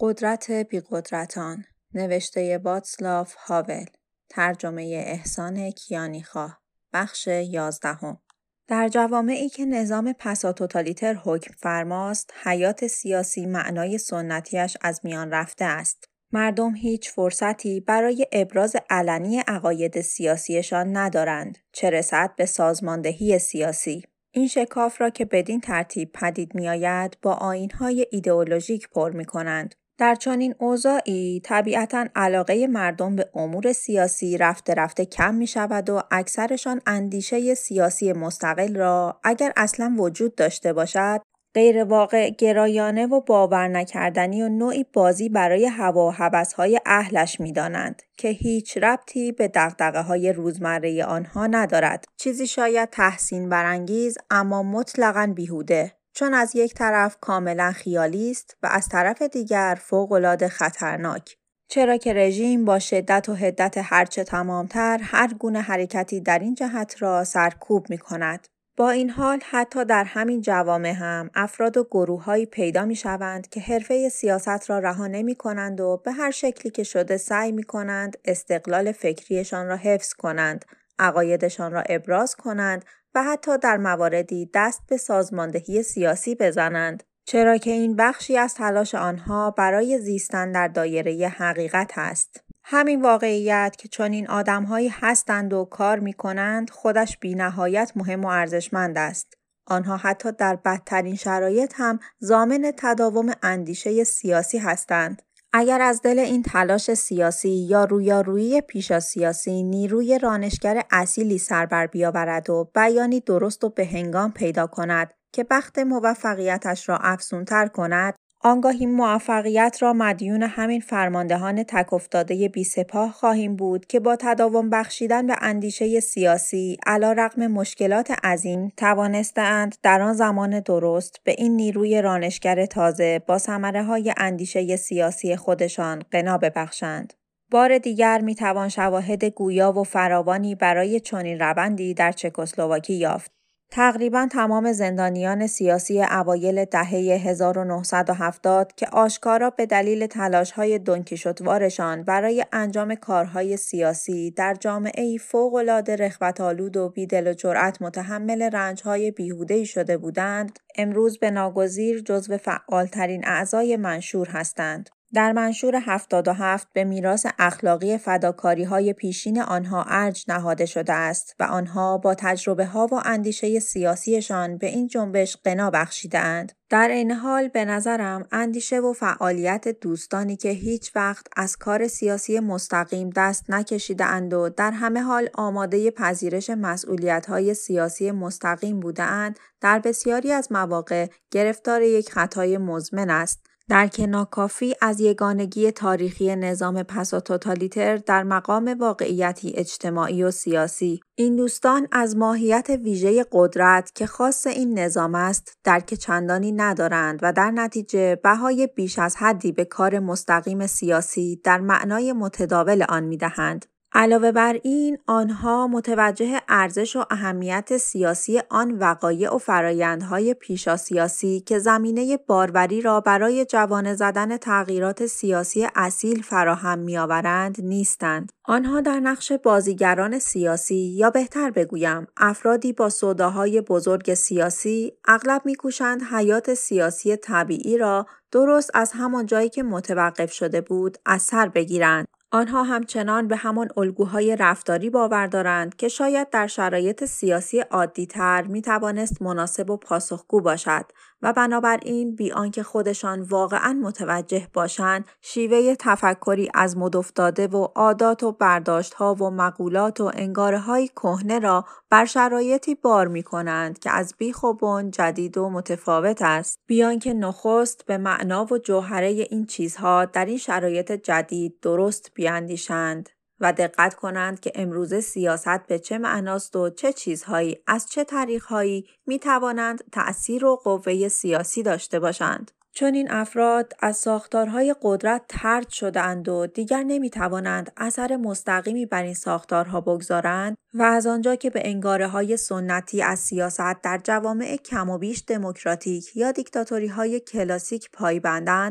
قدرت بی‌قدرتان، نوشته واتسلاو هاول، ترجمه احسان کیانیخواه، بخش 11. در جوامعی که نظام پساتوتالیتر حکم فرماست، حیات سیاسی معنای سنتیش از میان رفته است. مردم هیچ فرصتی برای ابراز علنی عقاید سیاسیشان ندارند، چه رسد به سازماندهی سیاسی. این شکاف را که بدین ترتیب پدید می‌آید با آیین‌های ایدئولوژیک پر می‌کنند. در چنین اوضاعی طبیعتاً علاقه مردم به امور سیاسی رفته رفته کم می‌شود و اکثرشان اندیشه سیاسی مستقل را اگر اصلاً وجود داشته باشد غیر واقع گرایانه و باور نکردنی و نوعی بازی برای هوا و هوس‌های اهلش می‌دانند که هیچ ربطی به دغدغه‌های روزمره آنها ندارد. چیزی شاید تحسین برانگیز اما مطلقاً بیهوده، چون از یک طرف کاملا خیالی است و از طرف دیگر فوق‌العاده خطرناک. چرا که رژیم با شدت و حدت هرچه تمامتر هر گونه حرکتی در این جهت را سرکوب می‌کند. با این حال حتی در همین جوامع هم افراد و گروه‌هایی پیدا می‌شوند که حرفه سیاست را رها نمی‌کنند و به هر شکلی که شده سعی می‌کنند استقلال فکریشان را حفظ کنند، عقایدشان را ابراز کنند و حتی در مواردی دست به سازماندهی سیاسی بزنند، چرا که این بخشی از تلاش آنها برای زیستن در دایره حقیقت است. همین واقعیت که چنین آدم‌هایی هستند و کار می‌کنند خودش بی‌نهایت مهم و ارزشمند است. آنها حتی در بدترین شرایط هم ضامن تداوم اندیشه سیاسی هستند. اگر از دل این تلاش سیاسی یا رویارویی پیشا سیاسی نیروی رانشگر اصیلی سر بر بیاورد و بیانی درست و بهنگام پیدا کند که بخت موفقیتش را افزونتر کند، آنگاه این موفقیت را مدیون همین فرماندهان تک افتاده بی سپاه خواهیم بود که با تداوم بخشیدن به اندیشه سیاسی علیرغم مشکلات عظیم توانسته‌اند در آن زمان درست به این نیروی رانشگر تازه با ثمره‌های اندیشه سیاسی خودشان غنا ببخشند. بار دیگر میتوان شواهد گویا و فراوانی برای چنین روندی در چکسلواکی یافت. تقریباً تمام زندانیان سیاسی اوایل دهه 1970 که آشکارا به دلیل تلاش‌های دونکیشوتوارشان برای انجام کارهای سیاسی در جامعه‌ای فوق‌العاده رغبت‌آلود و بی‌دل و جرأت متحمل رنج‌های بیهوده‌ای شده بودند، امروز به ناگزیر جزو فعال‌ترین اعضای منشور هستند. در منشور 77 به میراث اخلاقی فداکاری‌های پیشین آنها ارج نهاده شده است و آنها با تجربه‌ها و اندیشه سیاسیشان به این جنبش غنا بخشیده‌اند. در عین حال به نظرم اندیشه و فعالیت دوستانی که هیچ وقت از کار سیاسی مستقیم دست نکشیده‌اند و در همه حال آماده پذیرش مسئولیت‌های سیاسی مستقیم بوده‌اند، در بسیاری از مواقع گرفتار یک خطای مزمن است. درک ناکافی از یگانگی تاریخی نظام پساتوتالیتر در مقام واقعیتی اجتماعی و سیاسی. این دوستان از ماهیت ویژه قدرت که خاص این نظام است درک چندانی ندارند و در نتیجه بهای بیش از حدی به کار مستقیم سیاسی در معنای متداول آن می‌دهند. علاوه بر این، آنها متوجه ارزش و اهمیت سیاسی آن وقایع و فرایندهای پیشا سیاسی که زمینه باروری را برای جوانه زدن تغییرات سیاسی اصیل فراهم می‌آورند نیستند. آنها در نقش بازیگران سیاسی یا بهتر بگویم افرادی با سوداهای بزرگ سیاسی اغلب می‌کوشند حیات سیاسی طبیعی را درست از همان جایی که متوقف شده بود از سر بگیرند. آنها همچنان به همان الگوهای رفتاری باور دارند که شاید در شرایط سیاسی عادی‌تر می‌توانست مناسب و پاسخگو باشد و بنابراین بی آنکه خودشان واقعاً متوجه باشند، شیوه تفکری از مد افتاده و عادات و برداشت‌ها و مقولات و انگاره‌های کهنه را بر شرایطی بار می‌کنند که از بیخ و بن جدید و متفاوت است، بی آنکه نخست به معنا و جوهره این چیزها در این شرایط جدید درست بیاندیشند و دقت کنند که امروزه سیاست به چه معناست و چه چیزهایی از چه طریق‌هایی می‌توانند تأثیر و قوه سیاسی داشته باشند. چون این افراد از ساختارهای قدرت طرد شده‌اند و دیگر نمی‌توانند اثر مستقیمی بر این ساختارها بگذارند و از آنجا که به انگاره‌های سنتی از سیاست در جوامع کم و بیش دموکراتیک یا دیکتاتوری‌های کلاسیک پایبندند،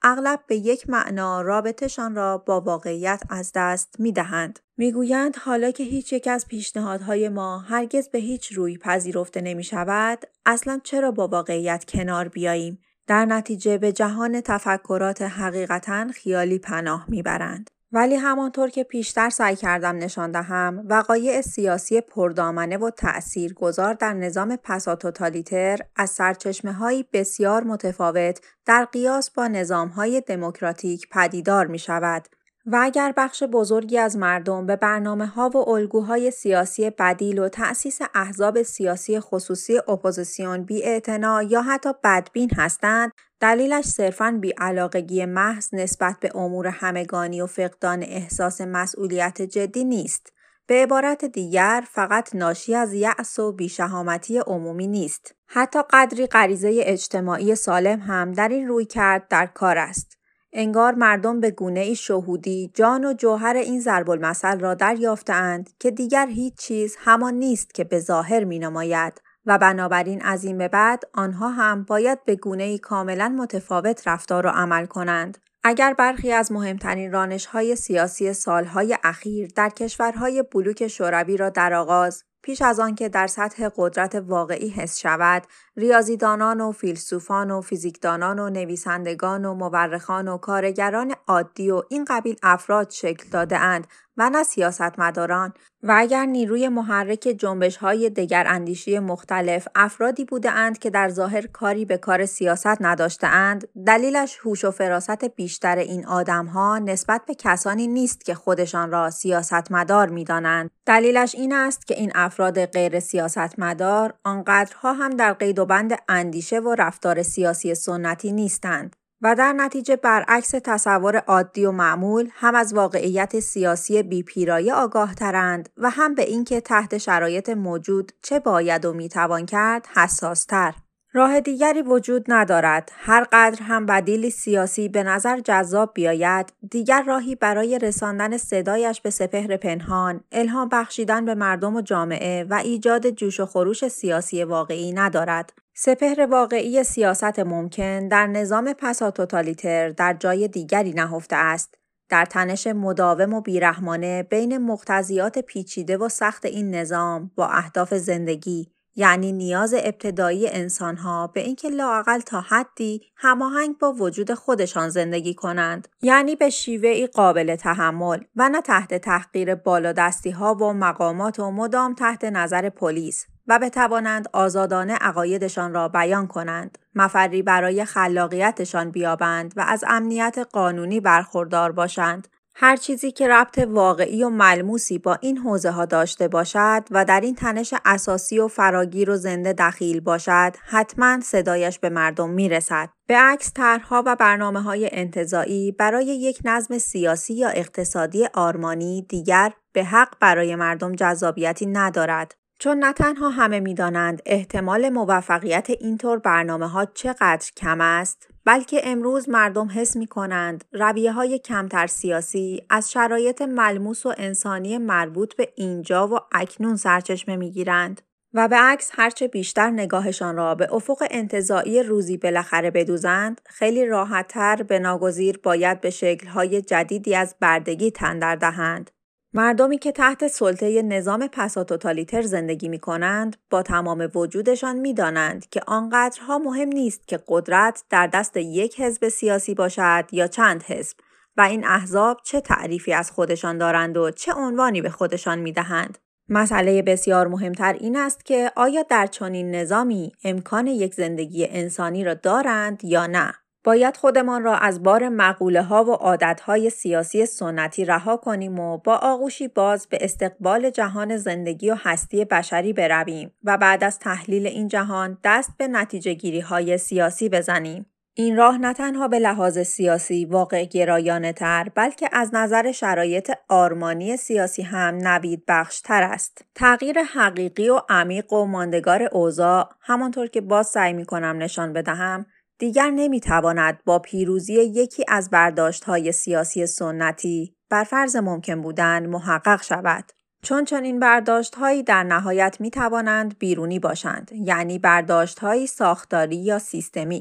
اغلب به یک معنا رابطه‌شان را با واقعیت از دست می‌دهند. می‌گویند حالا که هیچ یک از پیشنهادهای ما هرگز به هیچ روی پذیرفته نمی‌شود، اصلاً چرا با واقعیت کنار بیاییم؟ در نتیجه به جهان تفکرات حقیقتاً خیالی پناه می‌برند. ولی همانطور که پیشتر سعی کردم نشان دهم، وقایع سیاسی پردامنه و تأثیرگذار در نظام پساتوتالیتر از سرچشمه‌هایی بسیار متفاوت در قیاس با نظام‌های دموکراتیک پدیدار می‌شود. و اگر بخش بزرگی از مردم به برنامه‌ها و الگوهای سیاسی بدیل و تأسیس احزاب سیاسی خصوصی اپوزیسیون بی‌اعتنا یا حتی بدبین هستند، دلیلش صرفاً بی‌علاقگی محض نسبت به امور همگانی و فقدان احساس مسئولیت جدی نیست. به عبارت دیگر فقط ناشی از یأس و بی‌شهامتی عمومی نیست. حتی قدری غریزه اجتماعی سالم هم در این رویکرد در کار است. انگار مردم به گونه‌ای شهودی جان و جوهر این ضرب‌المثل را دریافته‌اند که دیگر هیچ چیز همان نیست که به ظاهر می‌نماید و بنابراین از این به بعد آنها هم باید به گونه‌ای کاملاً متفاوت رفتار و عمل کنند. اگر برخی از مهمترین رانش‌های سیاسی سالهای اخیر در کشورهای بلوک شوروی را در آغاز، پیش از آن که در سطح قدرت واقعی حس شود، ریاضیدانان و فیلسوفان و فیزیکدانان و نویسندگان و مورخان و کارگران عادی و این قبیل افراد شکل داده‌اند و نه سیاستمداران، و اگر نیروی محرک جنبش‌های دگراندیشی مختلف افرادی بوده‌اند که در ظاهر کاری به کار سیاست نداشته‌اند، دلیلش هوش و فراست بیشتر این آدم‌ها نسبت به کسانی نیست که خودشان را سیاستمدار می‌دانند. دلیلش این است که این افراد غیر سیاستمدار آنقدرها هم در قید و بند اندیشه و رفتار سیاسی سنتی نیستند. و در نتیجه برعکس تصور عادی و معمول هم از واقعیت سیاسی بی‌پیرایه آگاه‌ترند و هم به اینکه تحت شرایط موجود چه باید و میتوان کرد حساس‌تر. راه دیگری وجود ندارد. هر قدر هم بدیلی سیاسی به نظر جذاب بیاید، دیگر راهی برای رساندن صدایش به سپهر پنهان، الهام بخشیدن به مردم و جامعه و ایجاد جوش و خروش سیاسی واقعی ندارد. سپهر واقعی سیاست ممکن در نظام پساتوتالیتر در جای دیگری نهفته است، در تنش مداوم و بیرحمانه بین مقتضیات پیچیده و سخت این نظام با اهداف زندگی، یعنی نیاز ابتدایی انسان‌ها به اینکه لااقل تا حدی هماهنگ با وجود خودشان زندگی کنند، یعنی به شیوهی قابل تحمل و نه تحت تحقیر بالادستی‌ها و مقامات و مدام تحت نظر پلیس، و بتوانند آزادانه عقایدشان را بیان کنند، مفری برای خلاقیتشان بیابند و از امنیت قانونی برخوردار باشند. هر چیزی که ربط واقعی و ملموسی با این حوزه‌ها داشته باشد و در این تنش اساسی و فراگیر و زنده دخیل باشد، حتماً صدایش به مردم میرسد. به عکس طرح‌ها و برنامه‌های انتزاعی برای یک نظم سیاسی یا اقتصادی آرمانی دیگر به حق برای مردم جذابیتی ندارد. چون نه تنها همه می‌دانند احتمال موفقیت اینطور برنامه‌ها چقدر کم است، بلکه امروز مردم حس می‌کنند رویه‌های کمتر سیاسی از شرایط ملموس و انسانی مربوط به اینجا و اکنون سرچشمه می‌گیرند و به عکس هرچه بیشتر نگاهشان را به افق انتزاعی روزی بالاخره بدوزند، خیلی راحت‌تر بناگزیر باید به شکل‌های جدیدی از بردگی تن در دهند. مردمی که تحت سلطه نظام پساتوتالیتر زندگی می کنند، با تمام وجودشان می دانند که آنقدرها مهم نیست که قدرت در دست یک حزب سیاسی باشد یا چند حزب و این احزاب چه تعریفی از خودشان دارند و چه عنوانی به خودشان می دهند. مسئله بسیار مهمتر این است که آیا در چنین نظامی امکان یک زندگی انسانی را دارند یا نه؟ باید خودمان را از بار مقوله‌ها و عادت‌های سیاسی سنتی رها کنیم و با آغوشی باز به استقبال جهان زندگی و هستی بشری برویم و بعد از تحلیل این جهان دست به نتیجه‌گیری‌های سیاسی بزنیم. این راه نه تنها به لحاظ سیاسی واقع گرایانه‌تر، بلکه از نظر شرایط آرمانی سیاسی هم نوید بخشتر است. تغییر حقیقی و عمیق و ماندگار اوضاع، همانطور که باز سعی می‌کنم نشان بدهم، دیگر نمیتواند با پیروزی یکی از برداشت‌های سیاسی سنتی بر فرض ممکن بودن محقق شود. چون چنین برداشت‌هایی در نهایت میتوانند بیرونی باشند، یعنی برداشت‌هایی ساختاری یا سیستمیک،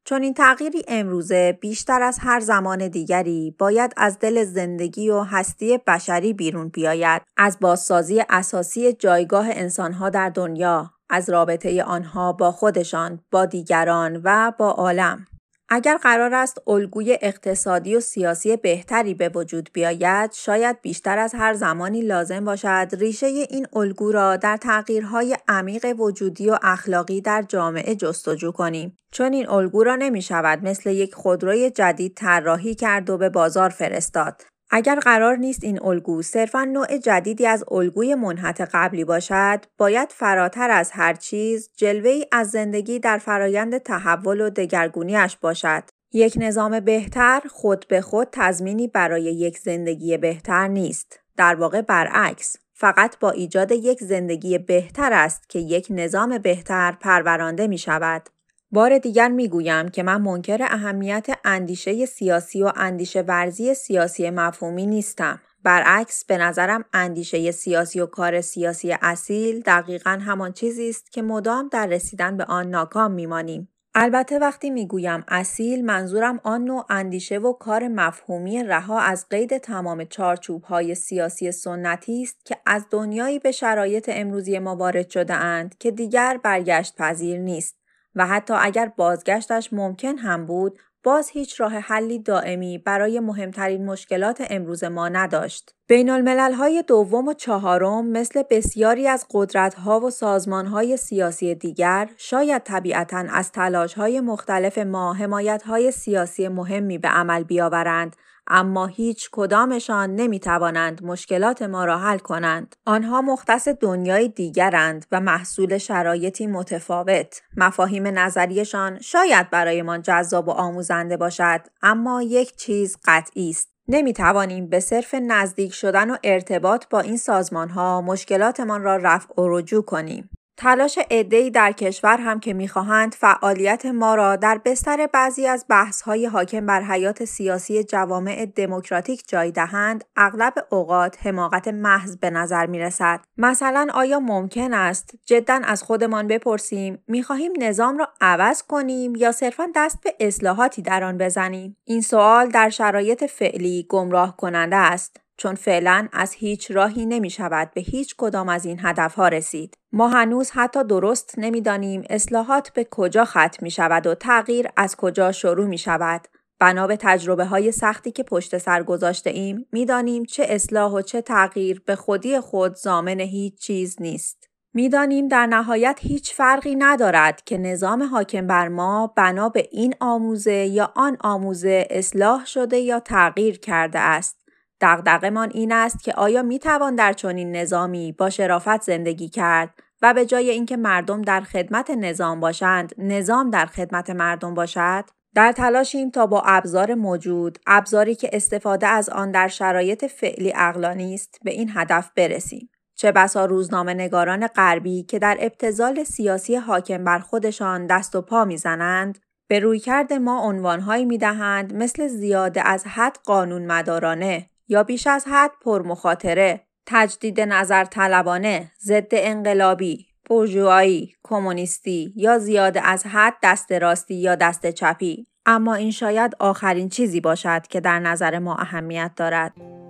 چون این تغییری امروزه بیشتر از هر زمان دیگری باید از دل زندگی و هستی بشری بیرون بیاید، از بازسازی اساسی جایگاه انسانها در دنیا، از رابطه آنها با خودشان، با دیگران و با عالم. اگر قرار است الگوی اقتصادی و سیاسی بهتری به وجود بیاید، شاید بیشتر از هر زمانی لازم باشد ریشه این الگو را در تغییرهای عمیق وجودی و اخلاقی در جامعه جستجو کنیم. چون این الگو را نمی شود مثل یک خودروی جدید طراحی کرد و به بازار فرستاد. اگر قرار نیست این الگو صرفاً نوع جدیدی از الگوی منحط قبلی باشد، باید فراتر از هر چیز جلوه‌ای از زندگی در فرایند تحول و دگرگونی‌اش باشد. یک نظام بهتر خود به خود تضمینی برای یک زندگی بهتر نیست. در واقع برعکس، فقط با ایجاد یک زندگی بهتر است که یک نظام بهتر پرورانده می شود. بار دیگر میگویم که من منکر اهمیت اندیشه سیاسی و اندیشه ورزی سیاسی مفهومی نیستم. برعکس به نظرم اندیشه سیاسی و کار سیاسی اصیل دقیقاً همان چیزی است که مدام در رسیدن به آن ناکام میمانیم. البته وقتی میگویم اصیل منظورم آن نوع اندیشه و کار مفهومی رها از قید تمام چارچوب‌های سیاسی سنتی است که از دنیایی به شرایط امروزی ما وارد شده اند که دیگر برگشت پذیر نیست. و حتی اگر بازگشتش ممکن هم بود، باز هیچ راه حلی دائمی برای مهمترین مشکلات امروز ما نداشت. بین الملل‌های دوم و چهارم مثل بسیاری از قدرت‌ها و سازمان‌های سیاسی دیگر، شاید طبیعتاً از تلاش‌های مختلف ما حمایت‌های سیاسی مهمی به عمل بیاورند، اما هیچ کدامشان نمی‌توانند مشکلات ما را حل کنند. آنها مختص دنیای دیگرند و محصول شرایطی متفاوت. مفاهیم نظریشان شاید برایمان جذاب و آموزنده باشد، اما یک چیز قطعی است. نمی‌توانیم به صرف نزدیک شدن و ارتباط با این سازمان‌ها مشکلاتمان را رفع و رجوع کنیم. تلاش عده‌ای در کشور هم که می‌خواهند فعالیت ما را در بستر بعضی از بحث‌های حاکم بر حیات سیاسی جوامع دموکراتیک جای دهند، اغلب اوقات حماقت محض به نظر می‌رسد. مثلا آیا ممکن است جداً از خودمان بپرسیم می‌خواهیم نظام را عوض کنیم یا صرفاً دست به اصلاحاتی در آن بزنیم؟ این سوال در شرایط فعلی گمراه کننده است. چون فعلا از هیچ راهی نمی شود به هیچ کدام از این هدفها رسید. ما هنوز حتی درست نمی‌دانیم اصلاحات به کجا ختم می شود و تغییر از کجا شروع می شود. بنا به تجربه‌های سختی که پشت سر گذاشته ایم، می‌دانیم چه اصلاح و چه تغییر به خودی خود ضامن هیچ چیز نیست. می‌دانیم در نهایت هیچ فرقی ندارد که نظام حاکم بر ما بنا به این آموزه یا آن آموزه اصلاح شده یا تغییر کرده است. دغدغه‌مان این است که آیا میتوان در چنین نظامی با شرافت زندگی کرد و به جای اینکه مردم در خدمت نظام باشند، نظام در خدمت مردم باشد؟ در تلاشیم تا با ابزار موجود، ابزاری که استفاده از آن در شرایط فعلی عقلانی است، به این هدف برسیم. چه بسا روزنامه‌نگاران غربی که در ابتذال سیاسی حاکم بر خودشان دست و پا میزنند، به رویکرد ما عنوانهایی میدهند مثل زیاده از حد قانونمدارانه یا بیش از حد پرمخاطره، تجدید نظر طلبانه، ضد انقلابی، بورژوایی، کمونیستی یا زیاده از حد دست راستی یا دست چپی. اما این شاید آخرین چیزی باشد که در نظر ما اهمیت دارد.